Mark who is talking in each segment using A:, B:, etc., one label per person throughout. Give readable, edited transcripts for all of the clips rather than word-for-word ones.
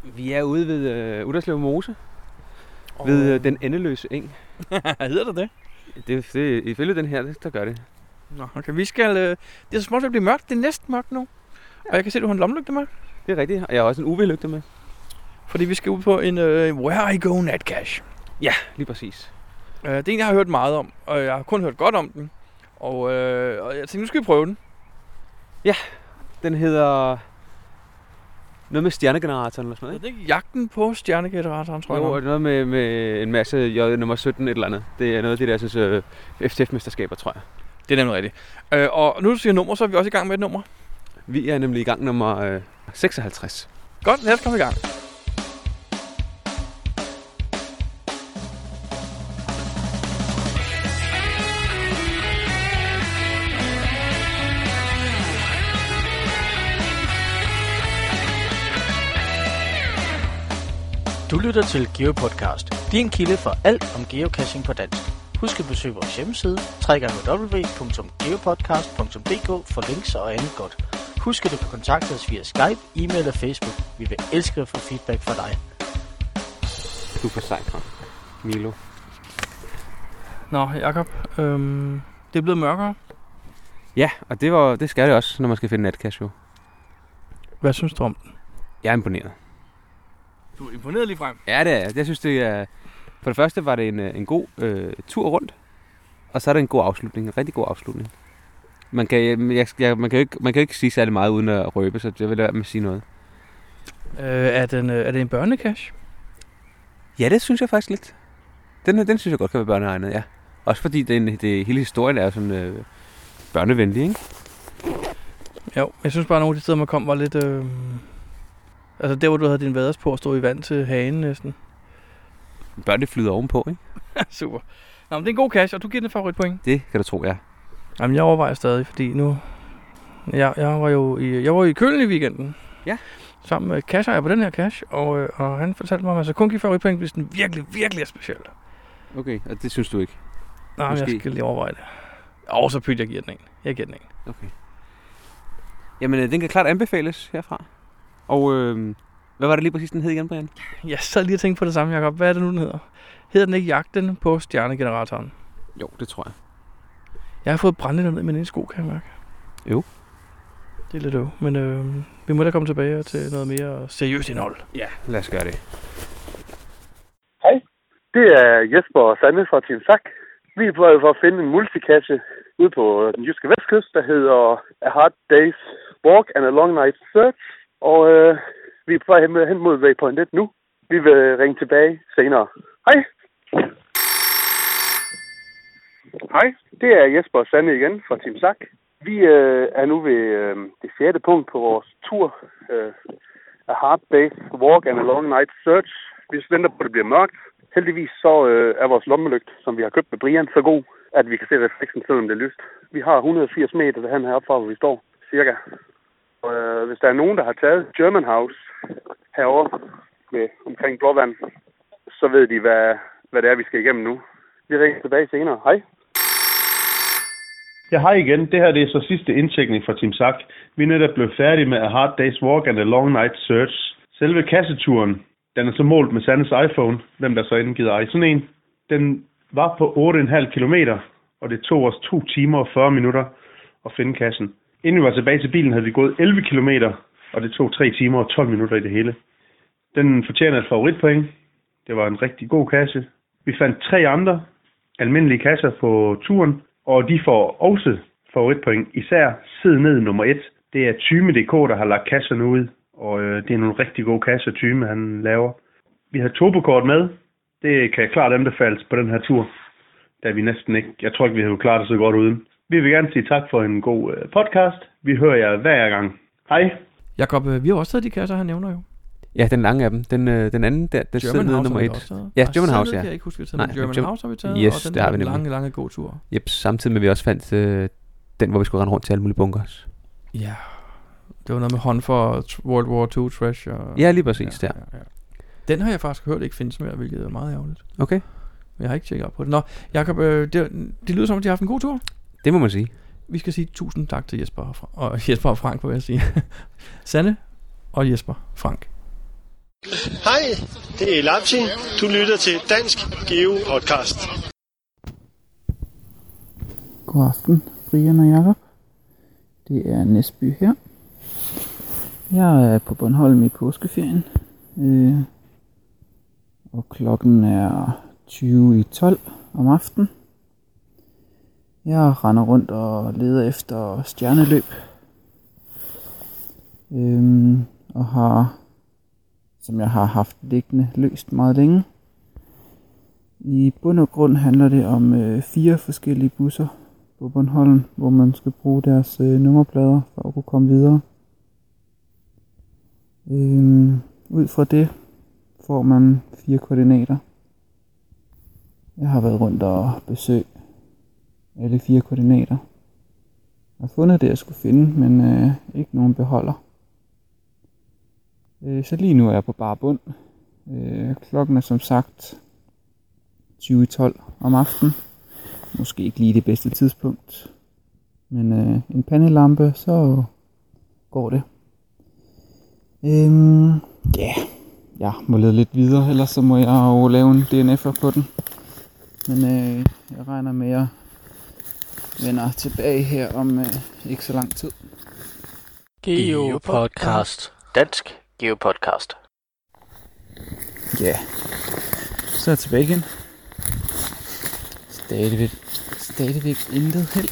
A: Vi er ude ved Utterslev Mose. Ved den endeløse eng.
B: Hedder det?
A: Det ifølge den her, der gør det.
B: Nå, okay. Vi skal... det er så småt ved at blive mørkt. Det er næsten mørkt nu. Ja. Og jeg kan se, at du har en lommelygte med.
A: Det er rigtigt. Og jeg har også en UV-lygte med.
B: Fordi vi skal ud på en Where I Go Natcache.
A: Ja, lige præcis.
B: Det er en, jeg har hørt meget om. Og jeg har kun hørt godt om den. Og jeg tænkte, nu skal vi prøve den.
A: Ja, den hedder... Noget med stjernegeneratoren eller sådan noget,
B: ikke? Det er ikke jagten på stjernegeneratoren, tror jeg.
A: Jo, og det er noget med en masse J nummer 17 et eller andet. Det er noget af det der, jeg synes, FTF-mesterskaber, tror jeg.
B: Det er nemlig rigtigt. Og nu du siger nummer, så er vi også i gang med et nummer.
A: Vi er nemlig i gang nummer 56.
B: Godt, lad os komme i gang.
C: Du lytter til GeoPodcast, din kilde for alt om geocaching på dansk. Husk at besøge vores hjemmeside, www.geopodcast.dk for links og andet godt. Husk at du kan kontakte os via Skype, e-mail og Facebook. Vi vil elske at få feedback fra dig.
A: Du er for sejt, Milo.
B: Nå, Jakob, det er blevet mørkere.
A: Ja, og det skal det også, når man skal finde natcache.
B: Hvad synes du om den?
A: Jeg er imponeret.
B: Du er imponeret lige frem.
A: Ja, det er jeg. Jeg synes, det er... For det første var det en god tur rundt. Og så er det en god afslutning. En rigtig god afslutning. Man kan jo ikke sige særlig meget uden at røbe, så jeg vil lade være med at sige noget.
B: Er det en børnecache?
A: Ja, det synes jeg faktisk lidt. Den synes jeg godt kan være børneegnet, ja. Også fordi hele historien er sådan børnevenlig, ikke?
B: Jo, jeg synes bare, at nogle af de steder, man kom, var lidt... Altså der, hvor du havde din vaders på at stå i vand til hagen næsten.
A: Børn, det flyder ovenpå, ikke?
B: Super. Nå, men det er en god cache, og du giver den favoritpoint.
A: Det kan du tro, ja.
B: Jamen, jeg overvejer stadig, fordi nu... Jeg var i Køln i weekenden.
A: Ja.
B: Sammen med cacher på den her cache, og han fortalte mig, at man så kun giver favoritpoint, hvis den virkelig, virkelig er speciel.
A: Okay, og det synes du ikke?
B: Nej, men jeg skal lige overveje det. Og så pyt, jeg giver den en. Jeg giver den en.
A: Okay. Jamen, den kan klart anbefales herfra. Og hvad var det lige præcis, den hed igen, Brian?
B: Jeg sad lige og tænkte på det samme, Jacob. Hvad er det nu, den hedder? Hedder den ikke Jagten på stjernegeneratoren?
A: Jo, det tror jeg.
B: Jeg har fået brændt ned med en sko, kan jeg mærke.
A: Jo.
B: Det er lidt øv, men vi må da komme tilbage til noget mere seriøst indhold.
A: Ja, lad os gøre det.
D: Hej, det er Jesper og Sanne fra Team Sack. Vi er på vej for at finde en multicache ude på den jyske vestkyst, der hedder A Hard Day's Walk and a Long Night Search. Og vi er på vej hen mod Waypoint 1 nu. Vi vil ringe tilbage senere. Hej! Hej, det er Jesper og Sanne igen fra Team Sack. Vi er nu ved det 4. punkt på vores tur. A Hard Day's Walk and a Long Night Search. Vi venter på, at det bliver mørkt. Heldigvis så er vores lommelygt, som vi har købt med Brian, så god, at vi kan se refleksen, selvom det er lyst. Vi har 180 meter derhen heroppe fra, hvor vi står, cirka. Hvis der er nogen, der har taget German House herovre omkring Blåvand, så ved de, hvad det er, vi skal igennem nu. Vi ringer tilbage senere. Hej.
E: Ja, hej igen. Det her det er så sidste indtjekning fra Team Sack. Vi er netop blevet færdige med A Hard Day's Walk and a Long Night Search. Selve kasseturen, den er så målt med Sandes iPhone, hvem der så indgivet eje sådan en. Den var på 8,5 kilometer, og det tog os 2 timer og 40 minutter at finde kassen. Inden vi var tilbage til bilen, havde vi gået 11 kilometer, og det tog 3 timer og 12 minutter i det hele. Den fortjener et favoritpoint. Det var en rigtig god kasse. Vi fandt 3 andre almindelige kasser på turen, og de får også favoritpoint. Især side ned nummer 1. Det er Tyme.dk, der har lagt kasserne ud, og det er nogle rigtig gode kasser, Tyme han laver. Vi har turbokort med. Det kan klart anbefales på den her tur, da vi næsten ikke... Jeg tror ikke, vi havde klaret det så godt uden. Vi vil gerne sige tak for en god podcast. Vi hører jer hver gang. Hej.
B: Jakob, vi har også taget de kasser, han nævner jo.
A: Ja, den lange af dem. Den anden der, den sidder nede nummer 1. Ja, German House, ja.
B: Kan jeg ikke huske, vi har taget. German House har vi taget,
A: yes,
B: og den der lange god tur.
A: Yep, samtidig med vi også fandt den, hvor vi skulle rende rundt til alle mulige bunkers.
B: Ja, det var noget med hånd for World War II trash. Og...
A: Ja, lige præcis, ja.
B: Den har jeg faktisk hørt ikke findes mere, hvilket er meget ærgerligt.
A: Okay.
B: Men jeg har ikke tjekket op på det. Nå, Jakob, det lyder som, at de har haft en god tur.
A: Det må man sige.
B: Vi skal sige tusind tak til Jesper og Frank, vil jeg sige. Sanne og Jesper Frank.
F: Hej, det er Lapsi. Du lytter til Dansk Geo Podcast.
G: God aften, Brian og Jakob. Det er Næsby her. Jeg er på Bornholm i påskeferien. Og klokken er 20:12 om aftenen. Jeg render rundt og leder efter stjerneløb. Og som jeg har haft liggende løst meget længe. I bund og grund handler det om 4 forskellige busser på Bornholm, hvor man skal bruge deres nummerplader for at kunne komme videre. Ud fra det får man 4 koordinater. Jeg har været rundt og besøgt alle 4 koordinater. Jeg har fundet det, jeg skulle finde, men ikke nogen beholder. Så lige nu er jeg på bar bund. Klokken er som sagt 20:12 om aftenen. Måske ikke lige det bedste tidspunkt. Men en pandelampe, så går det. Jeg må lede lidt videre, ellers så må jeg jo lave en DNF'er på den. Men jeg regner med, at jeg vender tilbage her om ikke så lang tid.
C: Geo Podcast. Dansk Geo Podcast.
G: Ja, så er jeg tilbage igen. Stadigvæk intet held.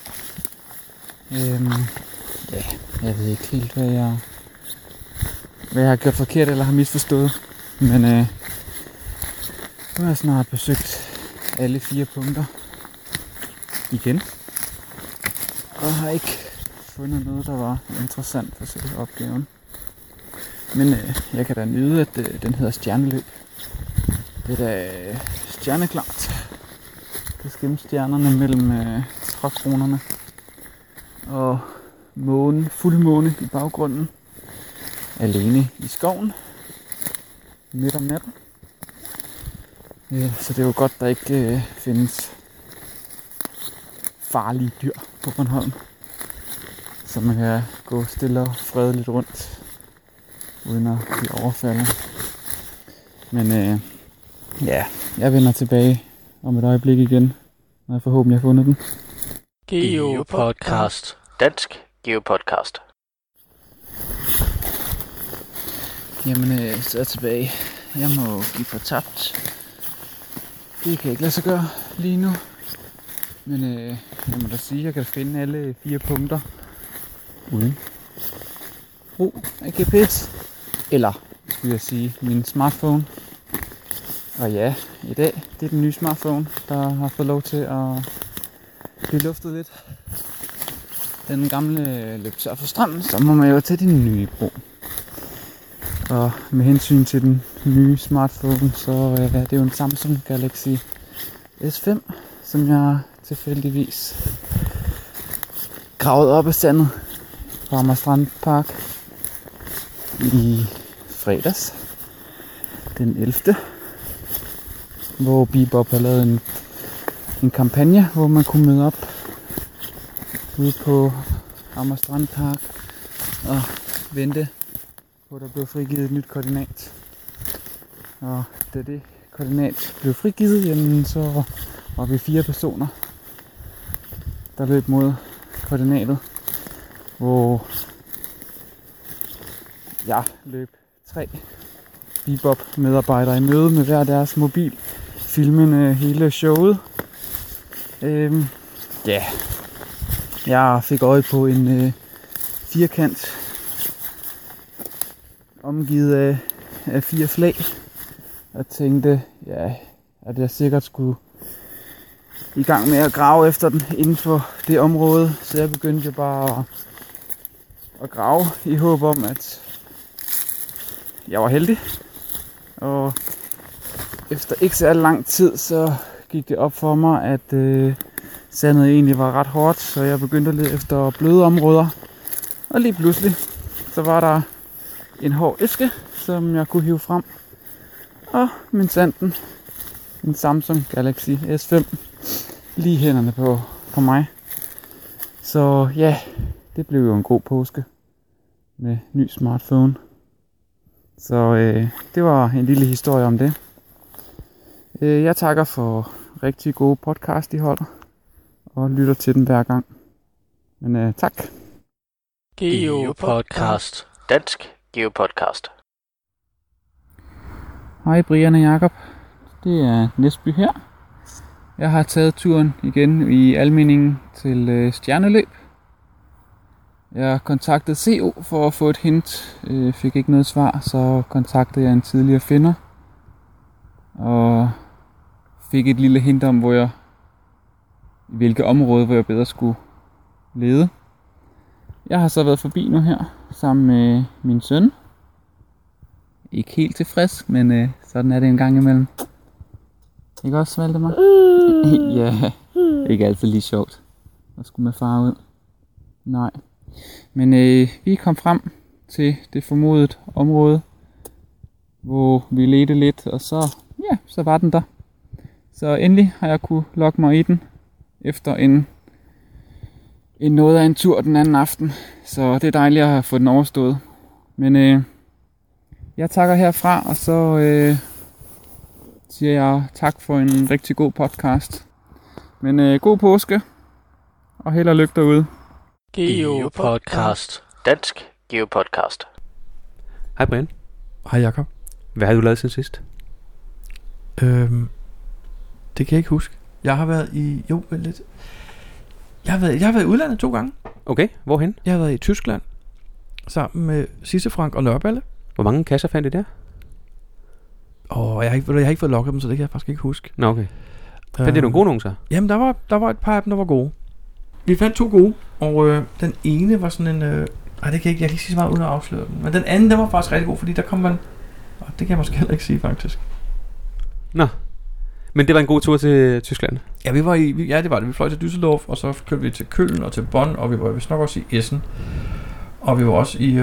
G: Jeg ved ikke helt, hvad jeg har gjort forkert eller har misforstået. Men nu har jeg snart besøgt alle 4 punkter igen. Og har ikke fundet noget, der var interessant for selve opgaven. Men jeg kan da nyde, at den hedder stjerneløb. Det er da stjerneklart. Det skimmer stjernerne mellem trækronerne. Og fuldmåne i baggrunden. Alene i skoven. Midt om natten. Så det er jo godt, der ikke findes farlige dyr på Bornholm. Så man kan gå stille og fredeligt rundt, uden at blive overfaldet. Men jeg vender tilbage om et øjeblik igen, når jeg forhåbentlig har fundet den.
C: Geo Podcast. Dansk Geo Podcast.
G: Jamen, så er jeg tilbage. Jeg må give for tabt. Det kan ikke lade sig gøre lige nu. Men jeg må da sige, at jeg kan finde alle 4 punkter uden brug af GPS. Eller, skulle jeg sige, min smartphone. Og ja, i dag, det er den nye smartphone, der har fået lov til at blive luftet lidt. Den gamle løb tør for strømmen, så må man jo tage den nye i brug. Og med hensyn til den nye smartphone, så er det jo en Samsung Galaxy S5, som jeg tilfældigvis gravet op af sandet på Amager Strandpark i fredags, den 11. Hvor Bebop har lavet en kampagne, hvor man kunne møde op ude på Amager Strandpark og vente på, at der blev frigivet et nyt koordinat. Og da det koordinat blev frigivet, jamen, så var vi 4 personer, der løb mod koordinatet, hvor jeg løb 3 Bebop medarbejdere i møde med hver deres mobil, filmende hele showet. Jeg fik øje på en firkant omgivet af 4 flag, og tænkte, at jeg sikkert skulle i gang med at grave efter den inden for det område, så jeg begyndte jo bare at grave i håb om, at jeg var heldig. Og efter ikke så lang tid, så gik det op for mig, at sandet egentlig var ret hårdt, så jeg begyndte at lede efter bløde områder. Og lige pludselig, så var der en hård æske, som jeg kunne hive frem. Og min sanden, en Samsung Galaxy S5, lige hænderne på mig. Så ja, det blev jo en god påske med ny smartphone. Så det var en lille historie om det. Jeg takker for rigtig gode podcast, I holder, og lytter til dem hver gang. Men tak.
C: GeoPodcast. Dansk GeoPodcast.
G: Hej Brian og Jakob. Det er Næsby her. Jeg har taget turen igen i Almindingen til stjerneløb. Jeg kontaktede CO for at få et hint. Fik ikke noget svar, så kontaktede jeg en tidligere finder. Og fik et lille hint om, i hvilket område, hvor jeg bedre skulle lede. Jeg har så været forbi nu her, sammen med min søn. Ikke helt tilfreds, men sådan er det en gang imellem. Ikke også, Valdemar? Ja, ikke altid lige sjovt. Hvad skulle med far ud? Nej. Men vi kom frem til det formodede område, hvor vi ledte lidt, og så var den der. Så endelig har jeg kunne logge mig i den, efter en noget af en tur den anden aften. Så det er dejligt at have fået den overstået. Men jeg takker herfra, og så siger jeg tak for en rigtig god podcast. Men god påske, og held og lykke derude.
C: GeoPodcast. Dansk GeoPodcast.
A: Hej Brian.
B: Hej Jakob.
A: Hvad har du lavet siden sidst?
B: Det kan jeg ikke huske. Jeg har været i... lidt. Jeg har været i udlandet 2 gange.
A: Okay, hvorhen?
B: Jeg har været i Tyskland sammen med Sisse Frank og Nørreballe.
A: Hvor mange kasser fandt I der?
B: Jeg har ikke fået lukket dem, så det kan jeg faktisk ikke huske.
A: Nå, okay. Fandt I nogle gode nogen så?
B: Jamen, der var et par af dem, der var gode. Vi fandt 2 gode, og den ene var sådan en... jeg kan ikke sige så meget uden at afsløre den. Men den anden, den var faktisk rigtig god, fordi der kom man... Og det kan jeg måske heller ikke sige, faktisk.
A: Nå. Men det var en god tur til Tyskland?
B: Ja, det var det. Vi fløj til Düsseldorf, og så kørte vi til Köln og til Bonn, og vi var vist nok også i Essen. Og vi var også i...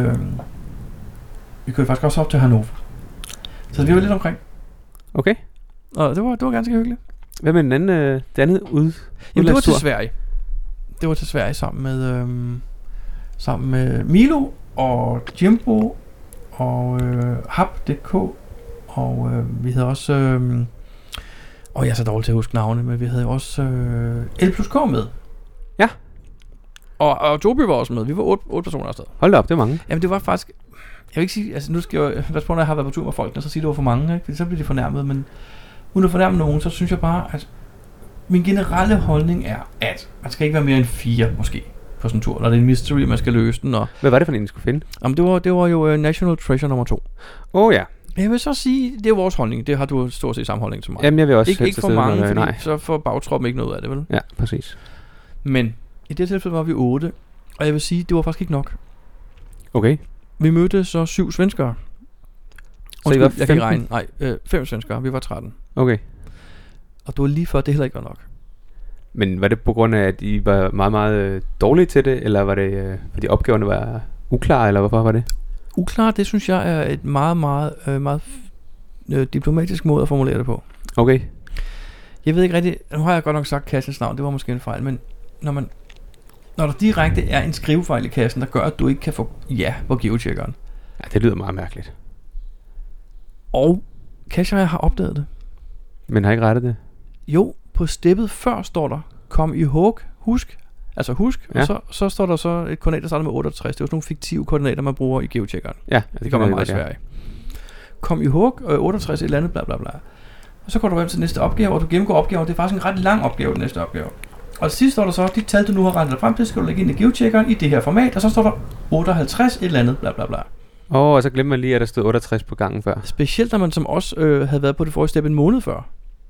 B: vi kørte faktisk også op til Hannover. Så vi var lidt omkring.
A: Okay.
B: Og det var ganske hyggeligt.
A: Hvad med den anden, det andet
B: Jamen, det var til Sverige. Det var til Sverige sammen med Milo og Jimbo og Hub.dk og vi havde også jeg er så dårlig til at huske navne, men vi havde også L+K med.
A: Ja.
B: Og Joby var også med. Vi var 8 personer afsted.
A: Hold da op, det er mange.
B: Jamen det var faktisk, jeg vil ikke sige, altså nu skal jeg passe på, når jeg har været på tur med folkene, så sige det var for mange, ikke? Fordi så bliver de fornærmet, men uden at fornærme nogen, så synes jeg bare, at min generelle holdning er, at man skal ikke være mere end 4 måske på sådan en tur, når det er en mystery, man skal løse den. Og
A: hvad var det for en, I skulle finde?
B: Jamen det var jo National Treasure nummer 2.
A: Ja.
B: Jeg vil så sige, det er vores holdning. Det har du stort set samme holdning som mig.
A: Jamen jeg vil også
B: ikke for mange, fordi så får bagtroppen ikke noget ud af det, vel?
A: Ja, præcis.
B: Men i det tilfælde var vi 8, og jeg vil sige, det var faktisk ikke nok.
A: Okay.
B: Vi mødte så 7 svenskere.
A: Så I var 15?
B: 5 svenskere. Vi var 13.
A: Okay.
B: Og det var lige før, det heller ikke var nok.
A: Men var det på grund af, at I var meget, meget dårlige til det, eller var det, fordi opgaverne var uklare, eller hvorfor var det?
B: Uklar, det synes jeg er et meget, meget diplomatisk måde at formulere det på.
A: Okay.
B: Jeg ved ikke rigtigt, nu har jeg godt nok sagt kassens navn, det var måske en fejl, men når der direkte er en skrivefejl i kassen, der gør, at du ikke kan få ja på geotjekkeren.
A: Ja, det lyder meget mærkeligt.
B: Og Kasher har opdaget det.
A: Men har ikke rettet det?
B: Jo, på steppet før står der, kom i husk, ja. Og så står der så et koordinat, der starter med 68. Det er jo sådan nogle fiktive koordinater, man bruger i geotjekkeren.
A: Ja,
B: det kommer meget svært. Kom i 68 et eller andet, bla bla bla. Og så går du hjem til næste opgave, og du gennemgår opgaven. Det er faktisk en ret lang opgave, den næste opgave. Og til sidst står der så, de tal, du nu har regnet frem til, skal du lægge ind i geotjekkeren i det her format, og så står der 58 et eller andet, bla bla bla.
A: Og så glemmer man lige, at der stod 68 på gangen før.
B: Specielt når man som os havde været på det forrige step en måned før.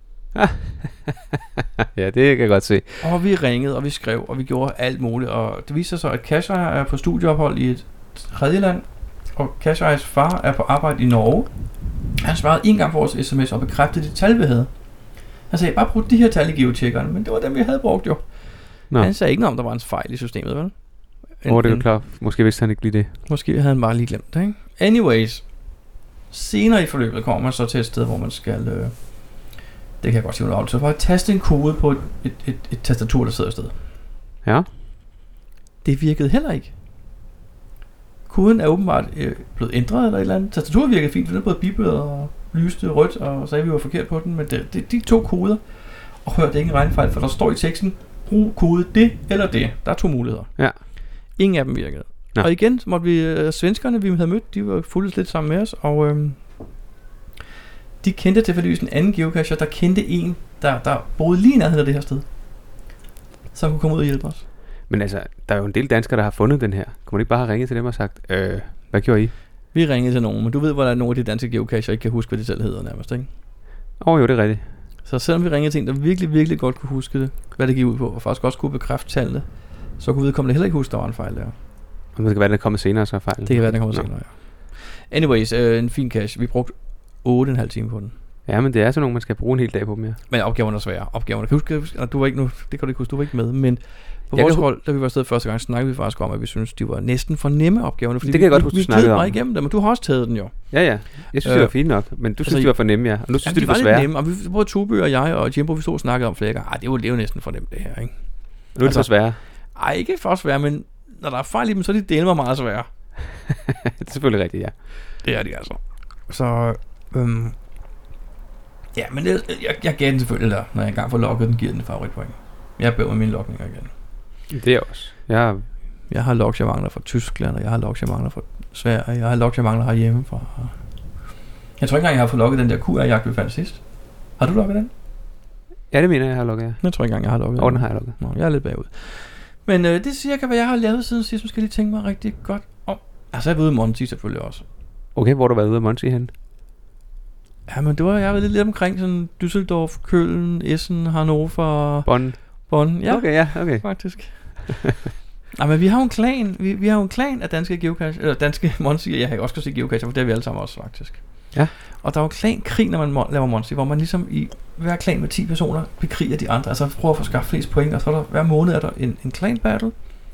A: Ja, det kan jeg godt se.
B: Og vi ringede, og vi skrev, og vi gjorde alt muligt. Og det viser sig, at Kasher er på studieophold i et tredje land, og Kashers far er på arbejde i Norge. Han svarede en gang på vores sms og bekræftede de tal, vi havde. Han sagde, bare brug de her tal i geotjekkerne, men det var dem, vi havde brugt jo. Nå. Han sagde ikke noget om, der var en fejl i systemet, vel?
A: Det er jo klart. Måske vidste han ikke lige det.
B: Måske havde han bare lige glemt det, ikke? Anyways, senere i forløbet kommer man så til et sted, hvor man skal... det kan jeg godt sige under så bare taste en kode på et tastatur, der sidder et sted.
A: Ja.
B: Det virkede heller ikke. koden er åbenbart blevet ændret eller et eller andet. Tastaturet virkede fint, for den er både biblet og lyste rødt, og sagde, at vi var forkert på den. Men de 2 koder, og hør, det er ingen regnefejl, for der står i teksten, brug kode det eller det. Der er 2 muligheder.
A: Ja.
B: Ingen af dem virkede. Nå. Og igen, så måtte vi, svenskerne, vi havde mødt, de var fuldt lidt sammen med os, og de kendte tilfældigvis en anden geocacher, der kendte en, der boede lige nærheden af det her sted, som kunne komme ud og hjælpe os.
A: Men altså, der er jo en del danskere, der har fundet den her. Kunne man ikke bare have ringet til dem og sagt, hvad gjorde I?
B: Vi ringede til nogen, men du ved, hvor der er nogle af de danske geocacher ikke kan huske, hvad de selv hedder nærmest, ikke?
A: Jo, det er rigtigt.
B: Så selvom vi ringede til en, der virkelig, virkelig godt kunne huske det, hvad det gik ud på, og faktisk også kunne bekræfte tallene, så kunne vedkommende heller ikke huske, der var en fejl der.
A: Og det kan være, den kommer senere, så er fejlen.
B: Det kan være, den kommer senere, ja. Anyways, en fin cache. Vi brugte 8,5 timer på den.
A: Ja, men det er sådan nogle, man skal bruge en hel dag på mere.
B: Men opgaverne er svære. Opgaverne. Kan du huske, du var ikke nu, det kan du ikke huske, du var ikke med, men på vores hold, da vi var afsted første gang, snakkede vi faktisk om, at vi synes de var næsten for nemme opgaverne, fordi
A: det kan jeg godt huske,
B: vi gled meget igennem dem, og du har også taget den jo.
A: Ja. Jeg synes, det var fint nok, men du synes, de var for nemme, ja. Og nu synes, de var svære.
B: Nemme, og vi både Toby og jeg og Jimbo, vi stod og snakkede om flere gange. Det er jo næsten for nemt det her, ikke?
A: Nu er det for svære.
B: Ej, ikke for svære, men når der er fejl i dem, så er de dele mig meget svære.
A: Det er selvfølgelig rigtigt, ja.
B: Det er de altså. Så, ja, men jeg gav den selvfølgelig der, når jeg engang får logget den, giver den favoritpoint. Jeg bøver mine logninger igen.
A: Det er også.
B: Jeg har logs, jeg mangler fra Tyskland, og jeg har logs, jeg mangler fra Sverige, jeg har logs, jeg mangler herhjemme fra... Jeg tror ikke engang, jeg har fået logget den der QR-jagt, vi fandt sidst. Har du logget den?
A: Ja, det mener jeg har logget, ja.
B: Jeg tror ikke engang, jeg har logget den.
A: Den har jeg logget.
B: Nå, jeg er lidt bagud. Men det er cirka, hvad jeg har lavet siden sidst. Nu skal jeg lige tænke mig rigtig godt om. Altså, jeg har været ude i Monty selvfølgelig også.
A: Okay, hvor har du været ude af Monty hen?
B: Ja, men det var, jeg har været lidt omkring sådan Düsseldorf, Køln, Essen, Hannover... Bonn, ja.
A: Okay.
B: Faktisk. Nej, men vi har jo en klan. Vi har jo en klan af danske geocacher, eller danske Monty. Jeg har også sige geocacher, for det er vi alle sammen også faktisk.
A: Ja.
B: Og der er jo klan-krig, når man laver Monty, hvor man ligesom i hver klan med 10 personer bekriger de andre. Altså prøver at få skaffet flest point, og så er der hver måned er der en clan battle.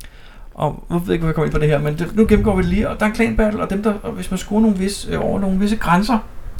B: Og jeg ved ikke, hvor jeg kommer ind på det her, men nu gennemgår vi det lige. Og der er en clan battle, og dem der, og hvis man scorer over nogle visse grænser,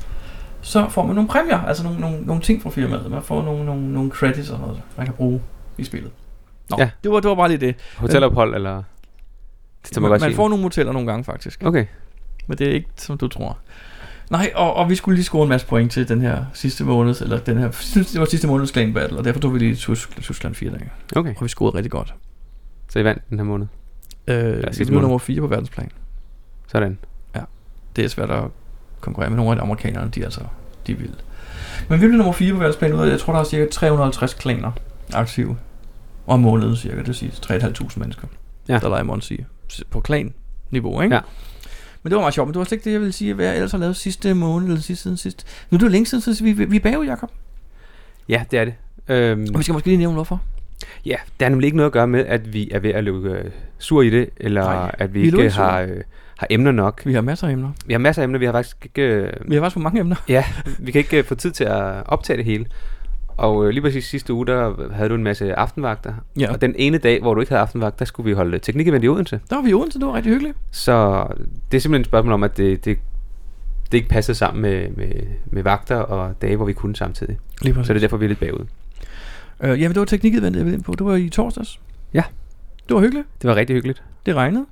B: så får man nogle præmier, altså nogle ting fra firmaet. Man får nogle credits og noget, man kan bruge i spillet. Nå, ja. det var bare lige det.
A: Hotelophold, eller... Det
B: man får nogle moteller nogle gange, faktisk.
A: Okay.
B: Men det er ikke, som du tror. Nej, og vi skulle lige score en masse point til den her sidste måned, eller den her, det var sidste måneds clan battle, og derfor tog vi lige Tyskland 4 dage.
A: Okay.
B: Og vi scorede rigtig godt.
A: Så I vandt den her måned?
B: Vi blev nummer 4 på verdensplan.
A: Sådan.
B: Ja, det er svært at konkurrere med nogle af de amerikanerne, de er vilde. Men vi blev nummer 4 på verdensplan ud af, jeg tror der er cirka 350 klaner aktive om måneden cirka, det vil sige 3.500 mennesker, der leger Monty på klan-niveau, ikke? Ja. Men det var meget sjovt, men det var slet ikke det, jeg ville sige, hvad jeg ellers har lavet sidste måned, eller siden sidst. Nu er det jo længe siden, vi er bagud, Jacob.
A: Ja, det er det.
B: Og vi skal måske lige nævne hvorfor.
A: Ja, det har nemlig ikke noget at gøre med, at vi er ved at løbe sur i det, eller at vi ikke har emner nok.
B: Vi har masser af emner.
A: Vi har masser af emner, vi har faktisk ikke...
B: Vi har faktisk for mange emner.
A: Ja, vi kan ikke få tid til at optage det hele. Og lige præcis sidste uge, der havde du en masse aftenvagter. Ja. Og den ene dag, hvor du ikke havde aftenvagt, der skulle vi holde teknikevent i Odense.
B: Der var vi i Odense, det var rigtig hyggeligt.
A: Så det er simpelthen et spørgsmål om, at det ikke passede sammen med vagter og dage, hvor vi kunne samtidig. Lige præcis. Så det er derfor, vi er lidt bagud.
B: Jamen, det var teknikeventet, jeg ville ind på. Det var i torsdags.
A: Ja.
B: Det var hyggeligt.
A: Det var rigtig hyggeligt.
B: Det regnede.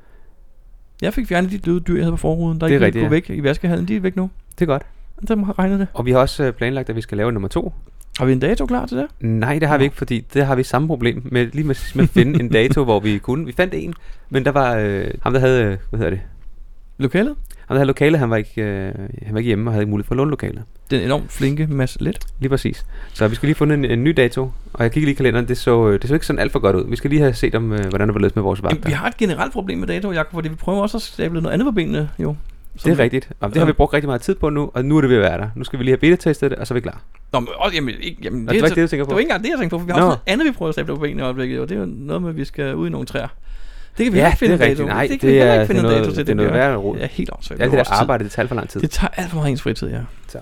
B: Jeg fik fjernet de døde dyr, jeg havde på forruden. Der ikke kunne væk i vaskehallen. De er væk nu.
A: Det er godt.
B: Der har regnet det.
A: Og vi har også planlagt, at vi skal lave nummer 2.
B: Har vi en dato klar til det?
A: Nej, det har vi ikke, fordi det har vi samme problem med lige med at finde en dato, hvor vi kunne. Vi fandt en, men der var ham, der havde, hvad hedder det?
B: Lokalet?
A: Ham, der havde lokale, han var ikke hjemme og havde ikke mulighed for at låne lokaler.
B: Den enormt flinke Mads Let.
A: Lige præcis. Så vi skal lige finde en ny dato, og jeg kigger lige i kalenderen, det så ikke sådan alt for godt ud. Vi skal lige have set om, hvordan det var løst med vores vagter.
B: Vi har et generelt problem med dato, Jacob, fordi vi prøver også at stable noget andet på benene, jo.
A: Det er rigtigt. Og det har vi brugt rigtig meget tid på nu, og nu er det ved at være der. Nu skal vi lige have beta-testet det, og så er vi klar.
B: Nå, men også, jamen,
A: det var ikke det, du tænker på.
B: Det var ikke engang det, jeg tænkte på, for vi har også noget andet, vi prøver at stable på benene i øjeblikket, og det er jo noget med, at vi skal ud i nogle træer. Det kan vi ikke finde en dato.
A: Nej,
B: det kan vi ikke finde en dato til.
A: Det er noget værre rod.
B: Det er helt åndssvagt.
A: Alt det der arbejde, det tager alt for lang tid.
B: Det tager alt for meget ens fritid, ja.
A: Så.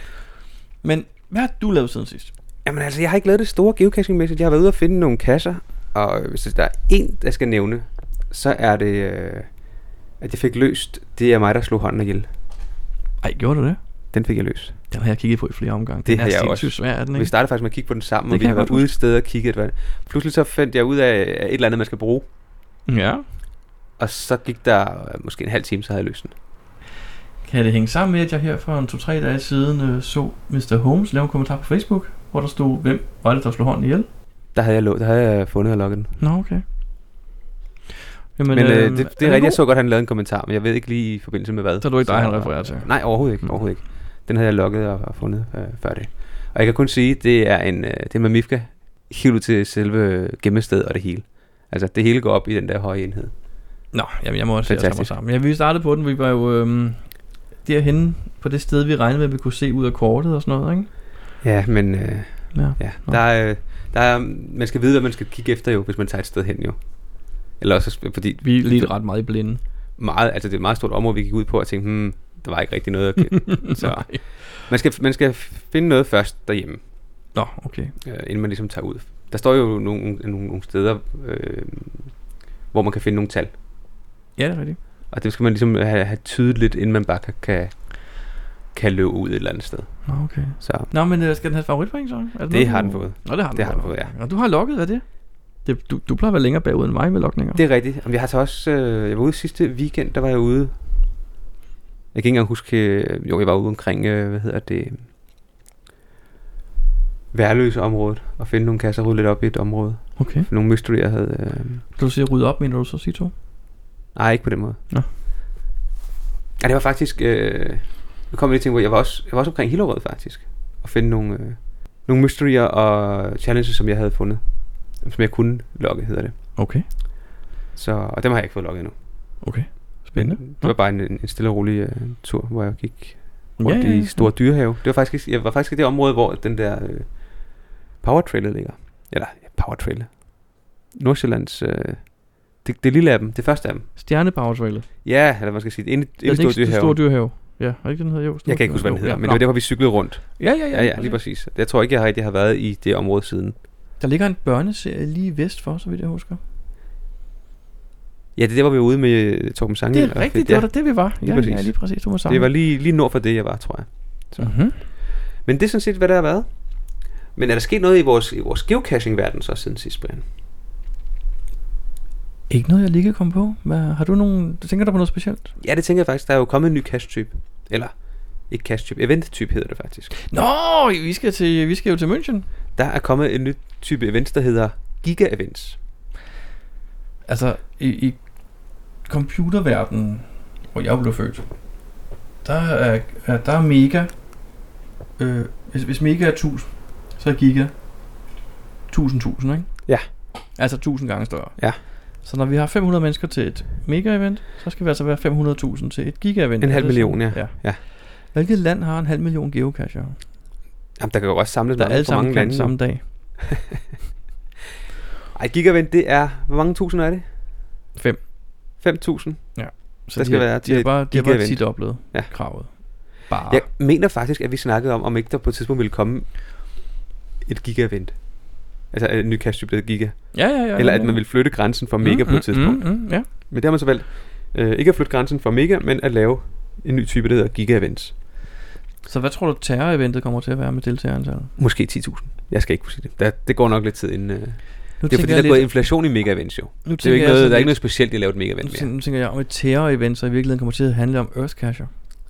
B: Men hvad har du lavet siden sidst?
A: Jamen altså, jeg har ikke lavet det store geocaching-mæssigt. Jeg har været ude og finde nogle kasser, og hvis der er en, der skal nævne, så er det, at jeg fik løst. Det er mig, der slog hånden ihjel.
B: Ej, gjorde du det?
A: Den fik jeg løst.
B: Den har jeg kigget på i flere omgange.
A: Det har jeg også.
B: Svær, er den, ikke?
A: Vi startede faktisk med at kigge på den sammen, og vi har været ude et sted og kigget. Pludselig så fandt jeg ud af et eller andet, man skal bruge.
B: Ja.
A: Og så gik der måske en halv time, så havde jeg løst den.
B: Kan det hænge sammen med, at jeg her for en 2-3 dage siden så Mr. Holmes lave en kommentar på Facebook, hvor der stod, hvem var det, der slog hånden ihjel?
A: Der havde jeg fundet og logget den.
B: Nå, okay. Jamen,
A: men det er rigtigt, jeg så godt, han lavede en kommentar, men jeg ved ikke lige i forbindelse med hvad.
B: Så er du ikke dig, han refererer til?
A: Nej, overhovedet ikke. Den havde jeg logget og fundet før det. Og jeg kan kun sige, det er en Mamifka helt ud til selve gemmestedet og det hele. Altså, det hele går op i den der høje enhed.
B: Nå, jamen jeg må også se os sammen. Ja, vi startede på den, vi var jo derhenne på det sted, vi regnede med, at vi kunne se ud af kortet og sådan noget, ikke?
A: Ja, men der er, man skal vide, hvad man skal kigge efter jo, hvis man tager et sted hen jo. Eller også, fordi
B: vi er lige ret meget i blinde.
A: Meget, altså det er et meget stort område, vi gik ud på og tænkte, der var ikke rigtig noget at så man skal finde noget først derhjemme.
B: Nå, okay.
A: Inden man ligesom tager ud. Der står jo nogle steder, hvor man kan finde nogle tal.
B: Ja, det er rigtigt.
A: Og det skal man ligesom have tydeligt, inden man bare kan løbe ud et eller andet sted.
B: Nå, okay.
A: Så.
B: Nå, men skal den have favoritpoint så?
A: Det har den fået.
B: Nå, det har den
A: fået, ja.
B: Og du har logget, hvad er det? Du plejer at være længere bagud end mig med logninger.
A: Det er rigtigt. Jamen, jeg har så også, jeg var ude sidste weekend, der var jeg ude. Jeg kan ikke engang huske, jeg var ude omkring, Værløse området, og finde nogle kasser, rydde lidt op i et område.
B: Okay.
A: Nogle mystery, jeg havde.
B: Du siger rydde op, mener du så sige to?
A: Nej, ikke på den måde.
B: Nå.
A: Ja, det var faktisk, jeg kom lidt til, hvor jeg var også omkring Hillerød faktisk, og finde nogle mysterier og challenges, som jeg havde fundet, som jeg kunne logge, hedder det.
B: Okay.
A: Så, og dem har jeg ikke fået logget endnu.
B: Okay. Spændende.
A: Det var bare en stille og rolig tur, hvor jeg gik rundt i store dyrehave. Det var faktisk, jeg var faktisk i det område, hvor den der Power Trailer ligger. Eller Power Trailer. Nordsjællands det lille af dem, det første af dem.
B: Stjerne Power Trailer.
A: Ja, eller hvad skal jeg sige, en stor dyrehave.
B: Stor dyrehave. Ja, og ikke den hedder jo.
A: Jeg kan ikke huske, hvad den hedder, men det var der, hvor vi cyklede rundt.
B: Ja,
A: lige præcis. Jeg tror ikke, jeg har været i det område siden.
B: Der ligger en børneserie lige vest for, så vidt jeg husker.
A: Ja, det der, hvor vi var ude med Torben Sange.
B: Det er rigtigt, det var det vi var. Ja, lige præcis.
A: Det var lige nord for det, jeg var, tror jeg. Så.
B: Mm-hmm.
A: Men det er sådan set, hvad der har været. Men er der sket noget i vores geocaching-verden så siden sidst, Brian?
B: Ikke noget, jeg lige kan komme på. Har du nogen... Tænker du på noget specielt?
A: Ja, det tænker jeg faktisk. Der er jo kommet en ny cache-type. Eller, ikke cache-type. Event-type hedder det faktisk.
B: Nå, vi skal jo til München.
A: Der er kommet en ny type events, der hedder Giga-events.
B: Altså, i computerverdenen, hvor jeg blev født, der er mega... Hvis mega er 1000, så er giga 1000, ikke?
A: Ja.
B: Altså 1000 gange større.
A: Ja.
B: Så når vi har 500 mennesker til et mega-event, så skal vi altså være 500.000 til et giga-event.
A: 500.000, ja.
B: Hvilket land har 500.000 geocacher?
A: Jamen, der kan jo også samles
B: der
A: mange, mange lande.
B: Samme dag.
A: Ej, giga-event, det er... Hvor mange tusind er det?
B: 5.
A: 5.000?
B: Ja. Så
A: der skal være til
B: de har bare tit oplevet kravet. Bare.
A: Jeg mener faktisk, at vi snakkede om ikke der på et tidspunkt ville komme et giga-event. Altså en ny cache-type, der hedder giga.
B: Ja.
A: Eller at man vil flytte grænsen for mega på et tidspunkt.
B: Ja.
A: Men det har man så valgt ikke at flytte grænsen for mega, men at lave en ny type, der hedder giga-events.
B: Så hvad tror du, terror-eventet kommer til at være med deltagerantallet?
A: Måske 10.000. Jeg skal ikke kunne sige det. Det går nok lidt tid inden... Det er fordi, der er gået inflation i mega-events jo. Det er jo ikke noget, der er ikke noget specielt, at lave et mega-event mere.
B: Nu tænker jeg om et terror-event, så i virkeligheden kommer til at handle om Earthcacher.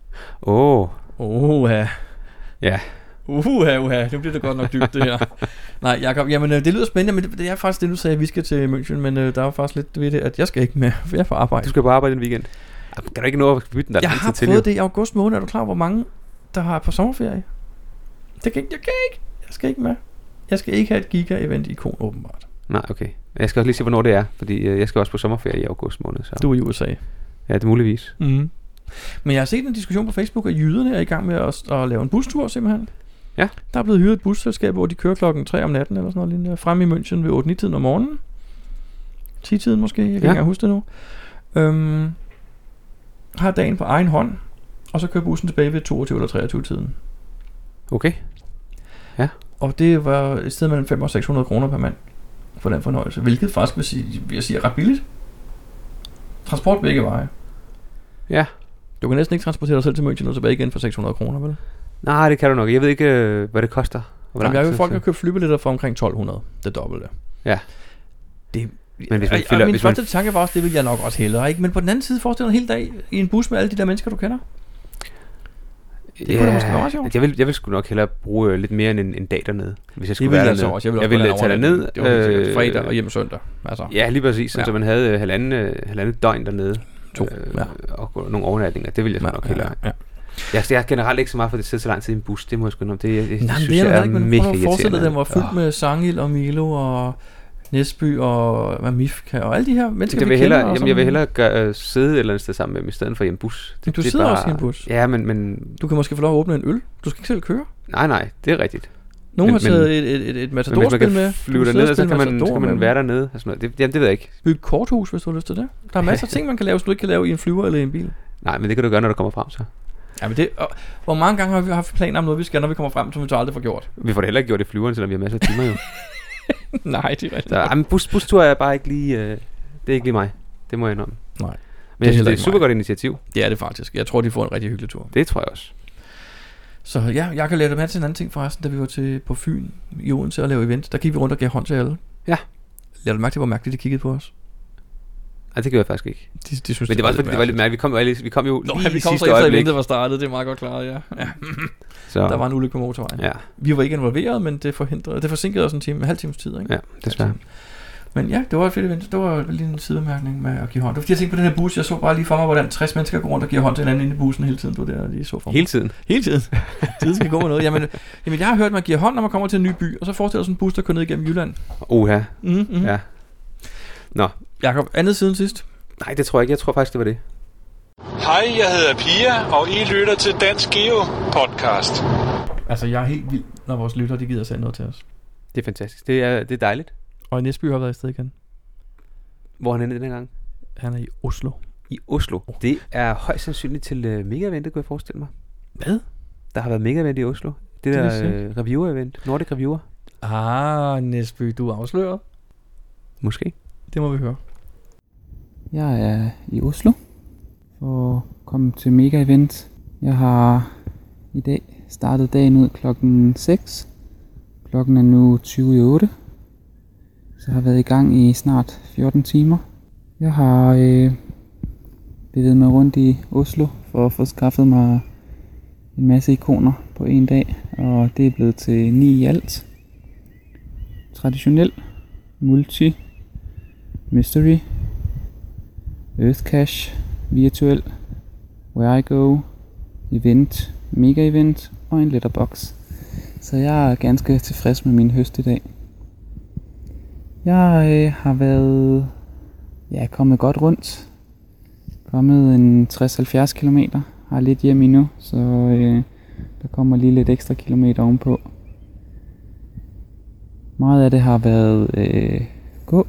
A: Ja.
B: Nu bliver det godt nok dybt det her. Nej, Jacob, jamen det lyder spændende, men det er faktisk det, du sagde, at vi skal til München, men der er faktisk lidt ved det, at jeg skal ikke med, for jeg er på arbejde.
A: Du skal på arbejde en weekend. Kan du ikke nå at bytte den der?
B: Jeg har prøvet det i august måned. Er du klar, hvor mange der har på sommerferie? Jeg kan ikke. Jeg skal ikke med. Jeg skal ikke have et giga-event-ikon, åbenbart.
A: Nej, okay. Jeg skal også lige se, hvornår det er, fordi jeg skal også på sommerferie i august måned. Så.
B: Du er i USA.
A: Ja, det er muligvis.
B: Mm-hmm. Men jeg har set en diskussion på Facebook, at jyderne er i gang med at lave en bustur simpelthen.
A: Ja.
B: Der er blevet hyret et busselskab, hvor de kører klokken 3 om natten eller sådan noget lignende, frem i München ved 8-9-tiden om morgenen. 10-tiden måske, jeg kan ikke engang huske det nu. Har dagen på egen hånd, og så kører bussen tilbage ved 22 eller 23-tiden.
A: Okay. Ja.
B: Og det var et sted mellem 500 og 600 kroner per mand for den fornøjelse, hvilket faktisk vil sige ret billigt. Transport begge veje.
A: Ja.
B: Du kan næsten ikke transportere dig selv til München og tilbage igen for 600 kroner, vel?
A: Nej, det kan du nok. Jeg ved ikke, hvad det koster.
B: Jeg ved, folk har købt flybilletter for omkring 1200, det dobbelte.
A: Ja.
B: Det
A: Men hvis man
B: min første tanke var også, det ville jeg nok også hellere, ikke? Men på den anden side, forestil dig en hel dag i en bus med alle de der mennesker, du kender. Det kunne da måske være sjovt.
A: Jeg vil sgu nok hellere bruge lidt mere end en dag dernede, hvis jeg skulle
B: være
A: dernede.
B: Altså også.
A: Jeg ville tage derned.
B: Det var fredag og hjem søndag. Altså.
A: Ja, lige præcis. Så man havde halvanden døgn dernede.
B: 2.
A: Og nogle overnatninger. Det ville jeg nok hellere. Ja. Jeg er generelt ikke så meget for det sidder så lang tid i en bus. Det må jeg sgu nok. Det synes jeg er mega irriterende.
B: Forestillede den var fyldt med Sangil og Milo og Næsby og Mifka og alle de her mennesker, vi kender.
A: Jeg vil hellere sidde et eller andet sted sammen med dem, i stedet for i en bus.
B: Du sidder bare også i en bus.
A: Ja, men...
B: Du kan måske få lov at åbne en øl. Du skal ikke selv køre.
A: Nej, det er rigtigt.
B: Nogen har taget et matadorspil med.
A: Flyve derned, så kan man være dernede. Det ved jeg ikke.
B: Bygge et korthus, hvis du har lyst til det. Der er masser af ting, man kan lave, som du ikke kan lave i en flyver eller i en bil.
A: Nej, men det kan du gøre, når du kommer frem, så.
B: Ja, men hvor mange gange har vi haft planer om noget, vi skal, når vi kommer frem, som vi så aldrig får gjort?
A: Vi får det heller ikke gjort i flyveren, selvom vi har masser af timer jo.
B: Nej, det er rigtigt.
A: Men bustur er bare ikke lige... det er ikke lige mig. Det må jeg indrømme.
B: Nej.
A: Men jeg synes, det er et super godt initiativ.
B: Det er det faktisk. Jeg tror, de får en rigtig hyggelig tur.
A: Det tror jeg også.
B: Så ja, jeg kan lære dig med til en anden ting forresten, da vi var på Fyn i Odense og lavede event. Der gik vi rundt og gav hånd til alle.
A: Ja.
B: Lad du mærke til, hvor mærkeligt de kiggede på os?
A: Nej, det gjorde jeg faktisk ikke.
B: De synes,
A: men det var også, det var lidt mærkeligt. Vi kom jo lige i sidste
B: øjeblik.
A: Eventet
B: var startet, det er meget godt klaret, ja.
A: Så.
B: Der var en ulykke på motorvejen.
A: Ja.
B: Vi var ikke involveret, men det forsinkede os en halv times tid, ikke?
A: Ja, desværre.
B: Men ja, det var et fedt event. Det var lige en sidebemærkning med at give hånd. Det var fordi, jeg tænkte på den her bus. Jeg så bare lige for mig, hvordan 60 mennesker går rundt og giver hånd til hinanden inde i bussen hele tiden. Det var det, lige så for mig.
A: Hele tiden?
B: Hele tiden. Tiden skal gå med noget. Jamen, jeg har hørt, at man giver hånd, når man kommer til en ny by. Og så forestiller sådan en bus, der kører ned igennem Jylland.
A: Ja. Nå.
B: Jakob, andet siden sidst?
A: Nej, det tror jeg ikke. Jeg tror faktisk, det var det.
F: Hej, jeg hedder Pia, og I lytter til Dansk Geo Podcast.
B: Altså, jeg er helt vild, når vores lytter, de gider sende noget til os.
A: Det er fantastisk. Det er dejligt.
B: Og Næsby har været i sted igen.
A: Hvor er han denne gang?
B: Han er i Oslo.
A: I Oslo? Det er højst sandsynligt til mega-eventet, kunne jeg forestille mig.
B: Hvad?
A: Der har været mega-event i Oslo. Det der reviewer-event. Nordic Reviewer.
B: Næsby, du er afsløret.
A: Måske.
B: Det må vi høre.
G: Jeg er i Oslo for at komme til mega-event. Jeg har i dag startet dagen ud klokken 6. Klokken er nu 20:08. Så jeg har været i gang i snart 14 timer. Jeg har bevæget mig rundt i Oslo for at få skaffet mig en masse ikoner på en dag. Og det er blevet til 9 i alt. Traditionel, multi, mystery, Earthcache, virtuel, Where I Go, event, mega event og en letterbox. Så jeg er ganske tilfreds med min høst i dag. Jeg har været kommet godt rundt. Kommet en 60-70 kilometer. Har lidt hjem endnu, så der kommer lige lidt ekstra kilometer ovenpå. Meget af det har været gå.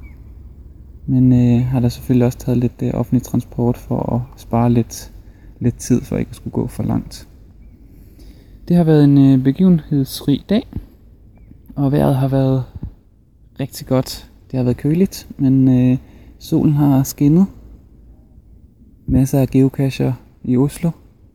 G: Men har der selvfølgelig også taget lidt offentlig transport for at spare lidt tid, for ikke at skulle gå for langt. Det har været en begivenhedsrig dag, og vejret har været rigtig godt. Det har været køligt, men solen har skinnet. Masser af geocacher i Oslo.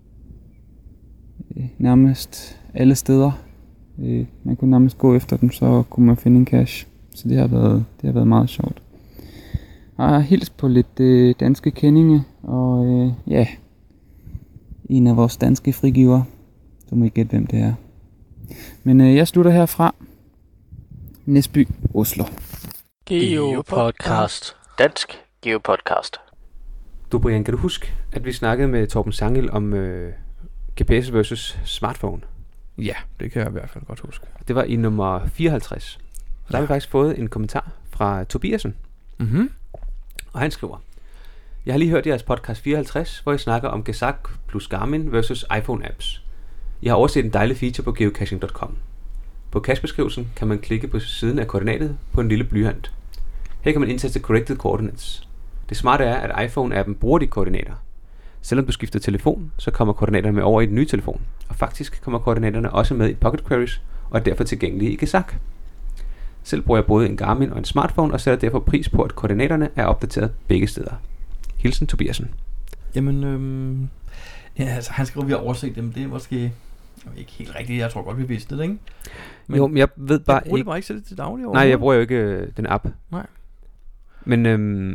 G: Nærmest alle steder. Man kunne nærmest gå efter dem, så kunne man finde en cache. Så det har været meget sjovt. Jeg har hilst på lidt danske kendinge, og en af vores danske frigiver. Så må I gætte, hvem det er. Men jeg slutter herfra. Næsby, Oslo.
C: Geo Podcast. Dansk Geo Podcast.
A: Du, Brian, kan du huske, at vi snakkede med Torben Sangil om GPS versus smartphone?
B: Ja, det kan jeg i hvert fald godt huske.
A: Det var i nummer 54. Der har vi faktisk fået en kommentar fra Tobiasen.
B: Mhm.
A: Og han skriver: Jeg har lige hørt jeres podcast 54, hvor I snakker om Gesak plus Garmin versus iPhone apps. I har overset en dejlig feature på geocaching.com. På cachebeskrivelsen kan man klikke på siden af koordinatet på en lille blyant. Her kan man indtaste corrected coordinates. Det smarte er, at iPhone-appen bruger de koordinater. Selvom du skifter telefon, så kommer koordinaterne med over i den nye telefon. Og faktisk kommer koordinaterne også med i Pocket Queries og er derfor tilgængelige i Gesak. Selv bruger jeg både en Garmin og en smartphone og sætter derfor pris på, at koordinaterne er opdateret begge steder. Hilsen Tobiasen.
B: Jamen, altså, han skriver, at vi har overset dem. Det er måske ikke helt rigtigt. Jeg tror godt, vi vidste det, ikke?
A: Men jo, men jeg ved bare
B: ikke... Jeg bruger det bare ikke til daglig.
A: Nej, jeg bruger jo ikke den app.
B: Nej.
A: Men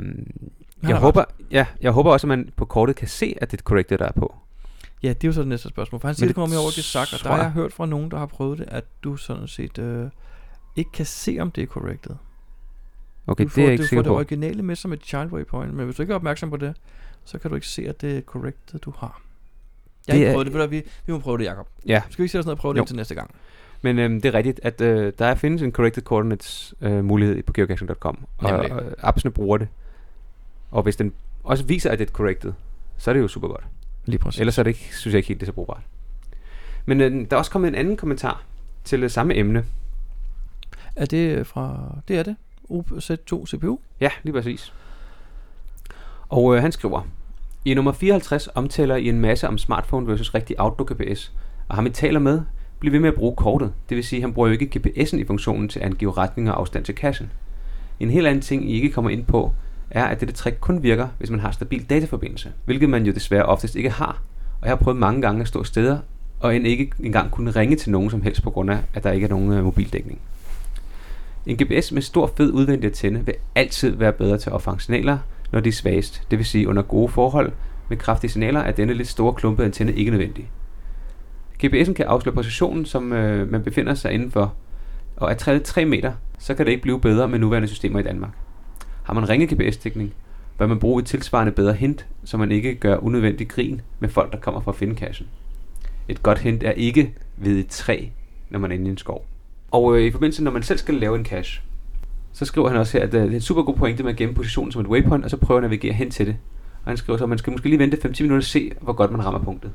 A: jeg håber også, at man på kortet kan se, at det er corrected, der er på.
B: Ja, det er jo så det næste spørgsmål. For han siger, det kommer mere over til Zach, og der har jeg hørt fra nogen, der har prøvet det, at du sådan set ikke kan se, om det er corrected.
A: Okay, det er jeg ikke sikker på.
B: Du får det originale med som et child waypoint, men hvis du ikke er opmærksom på det, så kan du ikke se, at det er corrected, du har. Jeg har ikke prøvet det, vi må prøve det, Jacob.
A: Ja.
B: Skal vi ikke sætte os ned og prøve det til næste gang?
A: Men det er rigtigt, at der findes en corrected coordinates mulighed på geocaching.com, og appsene bruger det. Og hvis den også viser, at det er corrected, så er det jo super godt.
B: Lige præcis.
A: Ellers er det ikke, synes jeg ikke helt, det er så brugbart. Men der er også kommet en anden kommentar til samme emne.
B: Er det fra... Det er det? OZ2 CPU?
A: Ja, lige præcis. Og han skriver: I nummer 54 omtaler I en masse om smartphone versus rigtig Outlook GPS. Og ham I taler med, bliver ved med at bruge kortet. Det vil sige, at han bruger jo ikke GPS'en i funktionen til at angive retning og afstand til cachen. En helt anden ting, I ikke kommer ind på, er, at dette trick kun virker, hvis man har stabil dataforbindelse, hvilket man jo desværre oftest ikke har. Og jeg har prøvet mange gange at stå steder, og end ikke engang kunne ringe til nogen som helst på grund af, at der ikke er nogen mobildækning. En GPS med stor fed udvendig antenne vil altid være bedre til at opfange signaler, når de er svagest. Det vil sige, under gode forhold med kraftige signaler er denne lidt store klumpede antenne ikke nødvendig. GPS'en kan afsløre positionen, som man befinder sig indenfor, og er trædet 3 meter, så kan det ikke blive bedre med nuværende systemer i Danmark. Har man ringe GPS-dækning, bør man bruge et tilsvarende bedre hint, så man ikke gør unødvendig grin med folk, der kommer fra at finde cachen. Et godt hint er ikke ved et træ, når man er inde i en skov. Og i forbindelse, når man selv skal lave en cache, så skriver han også her, at det er en super god pointe med at gemme positionen som et waypoint, og så prøve at navigere hen til det. Og han skriver så, at man skal måske lige vente 5-10 minutter og se, hvor godt man rammer punktet.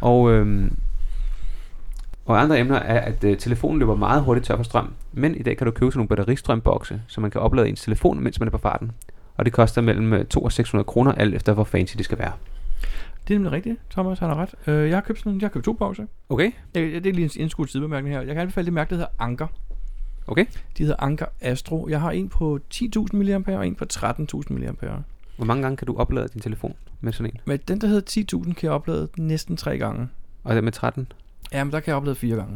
A: Og andre emner er, at telefonen løber meget hurtigt tør for strøm, men i dag kan du købe sådan nogle batteristrømbokse, så man kan oplade ens telefon, mens man er på farten. Og det koster mellem 200 og 600 kroner, alt efter hvor fancy det skal være.
B: Det er nemlig rigtigt, Thomas, han har ret. Jeg har købt 2 bokse.
A: Okay.
B: Det er lige en indskudt sidebemærkning her. Jeg kan anbefale det mærke, der hedder Anker.
A: Okay.
B: De hedder Anker Astro. Jeg har en på 10.000 mAh og en på 13.000 mAh.
A: Hvor mange gange kan du oplade din telefon med sådan en?
B: Med den, der hedder 10.000, kan jeg oplade næsten 3 gange.
A: Og den med 13?
B: Jamen, der kan jeg oplade 4 gange.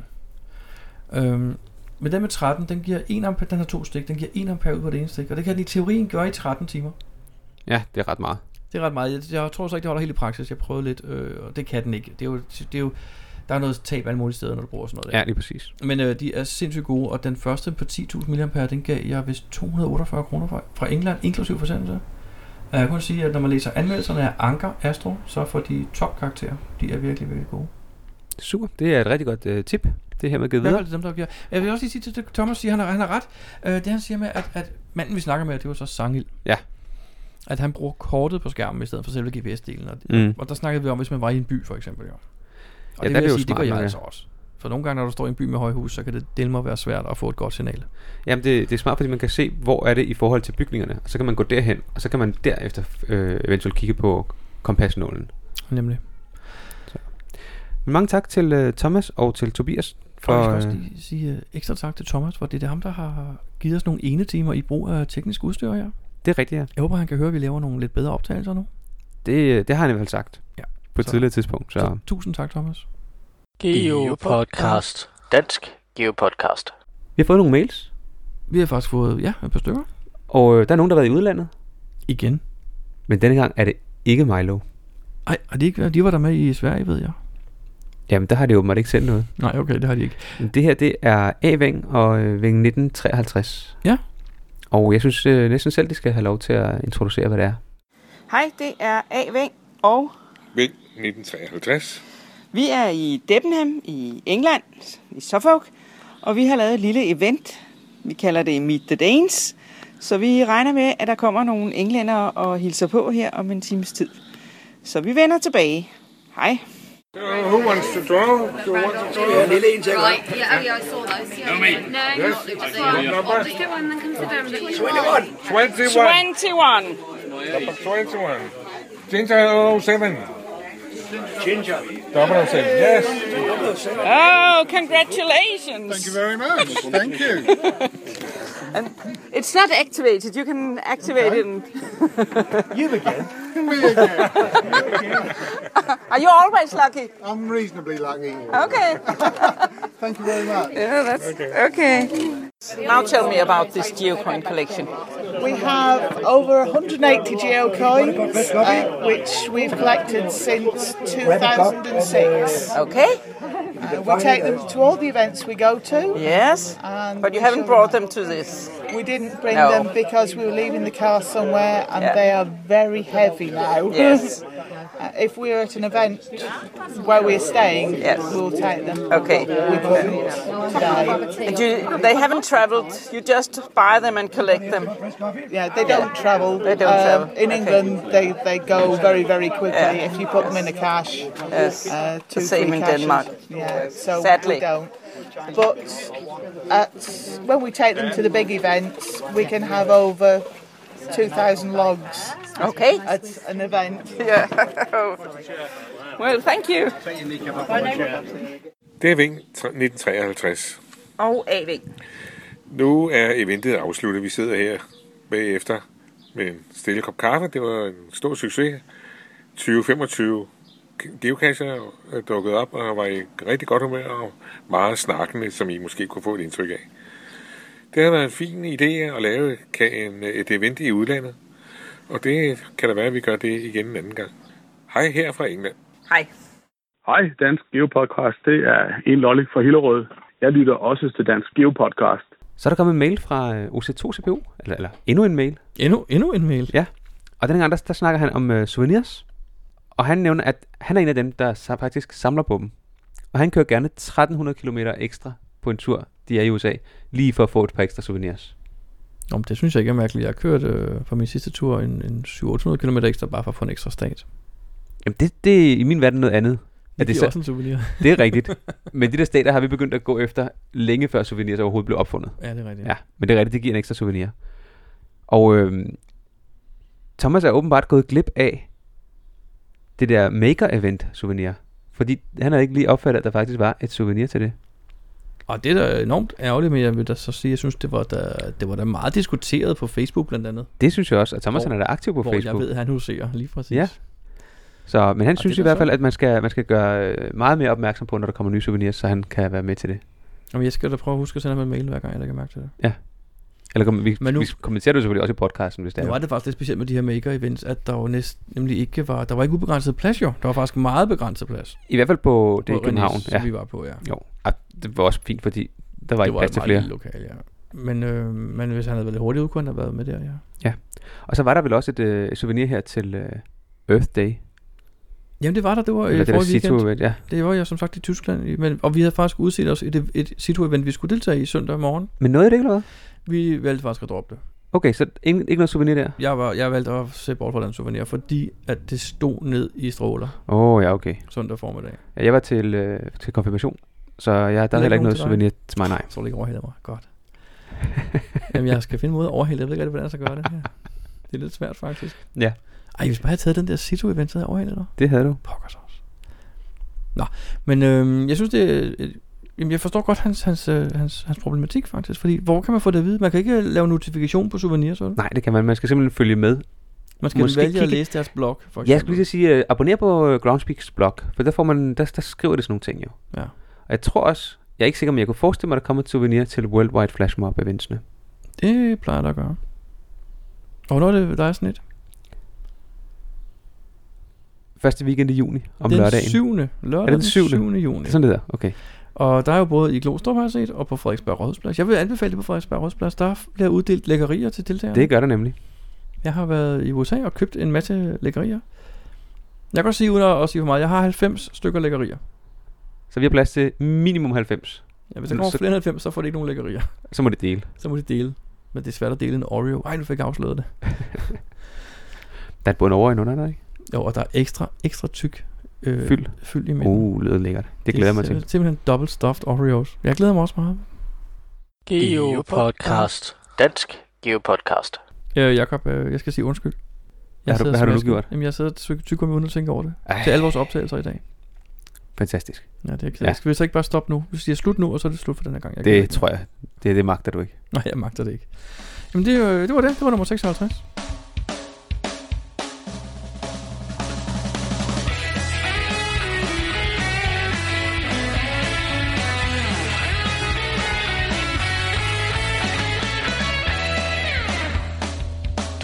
B: Men den med 13, den giver 1 ampere, den har 2 stik, den giver 1 ampere ud på det ene stik, og det kan den i teorien gøre i 13 timer.
A: Ja, det er ret meget.
B: Det er ret meget. Jeg tror så ikke, det holder helt i praksis. Jeg prøvede lidt, og det kan den ikke. Det er jo der er noget tab alle mulige steder, når du bruger sådan noget der.
A: Ja, lige præcis.
B: Men de er sindssygt gode, og den første på 10.000 mAh, den gav jeg vist 248 kroner for, fra England, inklusiv forsendelse. Jeg kan sige, at når man læser anmeldelserne af Anker Astro, så får de topkarakterer. De er virkelig, virkelig gode.
A: Super, det er et rigtig godt tip. Det her med givet videre.
B: Dem, der giver. Jeg vil også lige sige til Thomas, siger, han har ret. Det han siger med, at manden vi snakker med, det var så Sangil.
A: Ja.
B: At han bruger kortet på skærmen i stedet for selve GPS-delen. Og der snakkede vi om, hvis man var i en by for eksempel. Jo. Og ja, det vil jeg sige, det gør jeg altså også. For nogle gange, når du står i en by med højhus, så kan det dele mig være svært at få et godt signal. Jamen,
A: det er smart, fordi man kan se, hvor er det i forhold til bygningerne. Og så kan man gå derhen, og så kan man derefter eventuelt kigge på kompasnålen.
B: Nemlig.
A: Så. Men mange tak til Thomas og til Tobias.
B: Og jeg skal også lige sige ekstra tak til Thomas, for det er ham, der har givet os nogle ene timer i brug af teknisk udstyr her.
A: Det er rigtigt, ja.
B: Jeg håber, han kan høre, at vi laver nogle lidt bedre optagelser nu.
A: Det har han i hvert fald sagt.
B: Ja.
A: På et tidligere tidspunkt. Så
B: tusind tak, Thomas.
C: Geopodcast. Dansk Geopodcast.
A: Vi har fået nogle mails.
B: Vi har faktisk fået, et par stykker.
A: Og der er nogen, der har været i udlandet.
B: Igen.
A: Men denne gang er det ikke Milo.
B: Nej, og de var der med i Sverige, ved jeg.
A: Jamen, der har de åbenbart ikke sendt noget.
B: Nej, okay, det har de ikke.
A: Det her, det er A-Veng og Veng 1953.
B: Ja.
A: Og jeg synes næsten selv, de skal have lov til at introducere, hvad det er.
H: Hej, det er A-Veng og
I: Veng 1953.
H: Vi er i Debenham i England, i Suffolk, og vi har lavet et lille event. Vi kalder det Meet the Danes. Så vi regner med, at der kommer nogle englændere og hilser på her om en times tid. Så vi vender tilbage. Hej.
I: Who wants to draw? Do you want to draw?
J: Right, yeah, I saw those. Yeah. No,
I: yes.
J: Not just do one and then consider them.
H: 21.
I: Number 21. Ginger 07.
J: Ginger.
I: 007, yes.
H: Oh, congratulations.
J: Thank you very much. Thank you.
H: And it's not activated. You can activate it.
J: You again. Me again.
H: Are you always lucky?
J: I'm reasonably lucky.
H: Okay.
J: Thank you very much.
H: Yeah, that's okay. Now tell me about this geocoin collection.
K: We have over 180 geocoins, which we've collected since 2006.
H: Okay.
K: We take them to all the events we go to.
H: Yes, but you haven't brought them to this.
K: We didn't bring them because we were leaving the car somewhere, and they are very heavy now.
H: Yes.
K: If we're at an event where we're staying, we'll take them.
H: Okay.
K: We couldn't today.
H: And they haven't travelled, you just buy them and collect them?
K: Yeah, they don't travel.
H: They don't travel.
K: In England, they go very, very quickly if you put them in a cache.
H: Yes, the same in Denmark.
K: Yeah, so
H: Sadly.
K: we don't. But when we take them to the big events, we can have over 2,000 logs.
H: Okay.
K: At an event.
H: Yeah. Well, thank you.
I: Det er Ving 1953.
H: Og AV.
I: Nu er eventet afsluttet. Vi sidder her bagefter med en stille kop kaffe. Det var en stor succes. 20-25 geocacher er dukket op og var i rigtig godt humør og meget snakkende, som I måske kunne få et indtryk af. Det har været en fin idé at lave et event i udlandet, og det kan da være, at vi gør det igen en anden gang. Hej her fra England.
H: Hej.
E: Hej, Dansk Geopodcast. Det er en lolly fra Hillerød. Jeg lytter også til Dansk Geopodcast.
A: Så er der kommet en mail fra OC2CPU, eller endnu en mail.
B: Endnu en mail?
A: Ja, og den gang der snakker han om souvenirs, og han nævner, at han er en af dem, der faktisk samler på dem. Og han kører gerne 1300 km ekstra på en tur, de er i USA, lige for at få et par ekstra souvenirs.
B: Nå, det synes jeg ikke er mærkeligt. Jeg har kørt på min sidste tur en 700-800 km ekstra, bare for at få en ekstra stat.
A: Jamen det er i min verden noget andet.
B: Det er også en souvenir.
A: Det er rigtigt. Men de der stater har vi begyndt at gå efter længe før souvenirs overhovedet blev opfundet.
B: Ja, det er rigtigt.
A: Ja, men det er rigtigt, det giver en ekstra souvenir. Og Thomas er åbenbart gået glip af det der maker-event souvenir. Fordi han havde ikke lige opfattet, at der faktisk var et souvenir til det.
B: Og det er da enormt ærgerligt, men jeg vil da så sige, jeg synes, det var da meget diskuteret på Facebook blandt andet.
A: Det synes jeg også, at Thomas han er da aktiv på Facebook.
B: Hvor jeg ved, han huserer lige præcis.
A: Ja. Så, men han synes i hvert fald, at man skal gøre meget mere opmærksom på, når der kommer nye souvenirs, så han kan være med til det.
B: Jamen, jeg skal da prøve at huske at sende ham en mail, hver gang jeg lægger mærke til det.
A: Ja. Eller vi kommenterer det selvfølgelig også i podcasten, hvis det er.
B: Nu var det faktisk lidt specielt med de her maker-events, at der jo nemlig ikke var, der var ikke ubegrænset plads jo. Der var faktisk meget begrænset plads.
A: I hvert fald på det i København.
B: Som vi var på, ja.
A: Jo, det var også fint, fordi der var ikke plads til flere.
B: Det var et meget lille lokal, ja. Men hvis han havde været lidt hurtigt ud, kunne han have været med der, ja.
A: Ja, og så var der vel også et souvenir her til Earth Day.
B: Jamen det var der, det var forrige weekend.
A: Ja.
B: Det var jeg som sagt i Tyskland, og vi havde faktisk udset os et Situ-event, vi skulle deltage i søndag morgen.
A: Men nåede det ikke, eller hvad?
B: Vi valgte faktisk at droppe det.
A: Okay, så ikke noget souvenir der?
B: Jeg valgte at se bort fra den souvenir, fordi at det stod ned i stråler.
A: Ja, okay.
B: Søndag formiddag.
A: Ja, jeg var til konfirmation, så der er heller ikke noget souvenir til mig, nej.
B: Så du ikke overhælder mig. Godt. Jamen jeg skal finde en måde at overhælde. Jeg ved ikke, hvordan jeg skal gøre det her. Det er lidt svært faktisk.
A: Ja.
B: Ej, hvis bare havde taget den der Situ-event, så havde jeg overhældet dig.
A: Det havde du.
B: Pokker så også. Nå, men jeg synes jamen jeg forstår godt hans problematik faktisk, fordi hvor kan man få det at vide? Man kan ikke lave notifikation på souvenirs, så?
A: Nej, det kan man. Man skal simpelthen følge med.
B: Man skal vælge at læse deres blog, for eksempel.
A: Ja, jeg skulle lige sige, abonner på Groundspeaks blog, for der får man, der skriver det sådan nogle ting jo.
B: Ja.
A: Og jeg tror også, jeg er ikke sikker, men jeg kunne forestille mig, at der kommer et souvenir til Worldwide Flash Mob eventsene.
B: Det plejer der at gøre. Og hvornår er det, der er sådan et?
A: Første weekend i juni, om
B: den
A: lørdagen.
B: 7. Lørdag den 7. juni.
A: Sådan det der, okay.
B: Og der er jo både i Glostrup, har jeg set, og på Frederiksberg Rådhusplads. Jeg vil anbefale det på Frederiksberg Rådhusplads. Der bliver uddelt lækkerier til deltagerne.
A: Det gør der nemlig.
B: Jeg har været i USA og købt en masse lækkerier. Jeg kan godt sige, uden at sige for meget, jeg har 90 stykker lækkerier.
A: Så vi har plads til minimum 90.
B: Ja, hvis der kommer flere end 90, så får det ikke nogen lækkerier.
A: Så må det dele.
B: Men det er svært at dele en Oreo. Ej, nu fik jeg afsløret det.
A: Der er et bund over en under, der ikke?
B: Jo, og der er ekstra tyk fyld i midten.
A: Lyder lækkert. Det glæder mig til.
B: Det er simpelthen double stuffed Oreos. Jeg glæder mig også meget.
C: Geopodcast. Dansk Geopodcast.
B: Jakob, jeg skal sige undskyld.
A: Hvad har du nu gjort?
B: Jamen, jeg sidder og tykker mig uden at tænke over det. Til alle vores optagelser i dag.
A: Fantastisk.
B: Ja, det er ikke. Skal vi så ikke bare stoppe nu? Vi siger slut nu, og så er det slut for den her gang.
A: Det tror jeg. Det magter du ikke.
B: Nej, jeg magter det ikke. Jamen, det var det. Det var nummer 56.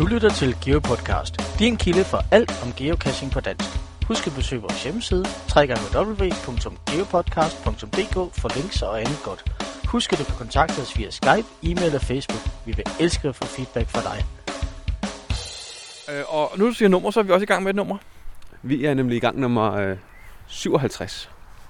C: Du lytter til GeoPodcast, din kilde for alt om geocaching på dansk. Husk at besøge vores hjemmeside, www.geopodcast.dk for links og andet godt. Husk at du kan kontakte os via Skype, e-mail og Facebook. Vi vil elske at få feedback fra dig.
B: Og nu du siger nummer, så er vi også i gang med et nummer.
A: Vi er nemlig i gang nummer 57.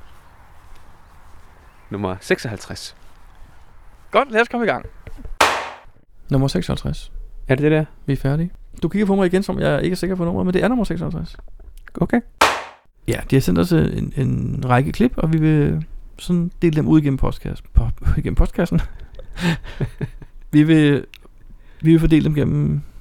A: Nummer 56.
B: Godt, lad os komme i gang. Nummer 56.
A: Er det det der?
B: Vi er færdige. Du kigger på mig igen, som jeg ikke er sikker på nummeret, men det er nummer 56.
A: Okay.
B: Ja, de har sendt os en række klip, og vi vil sådan dele dem ud igennem postkassen. Vi vil fordele dem gennem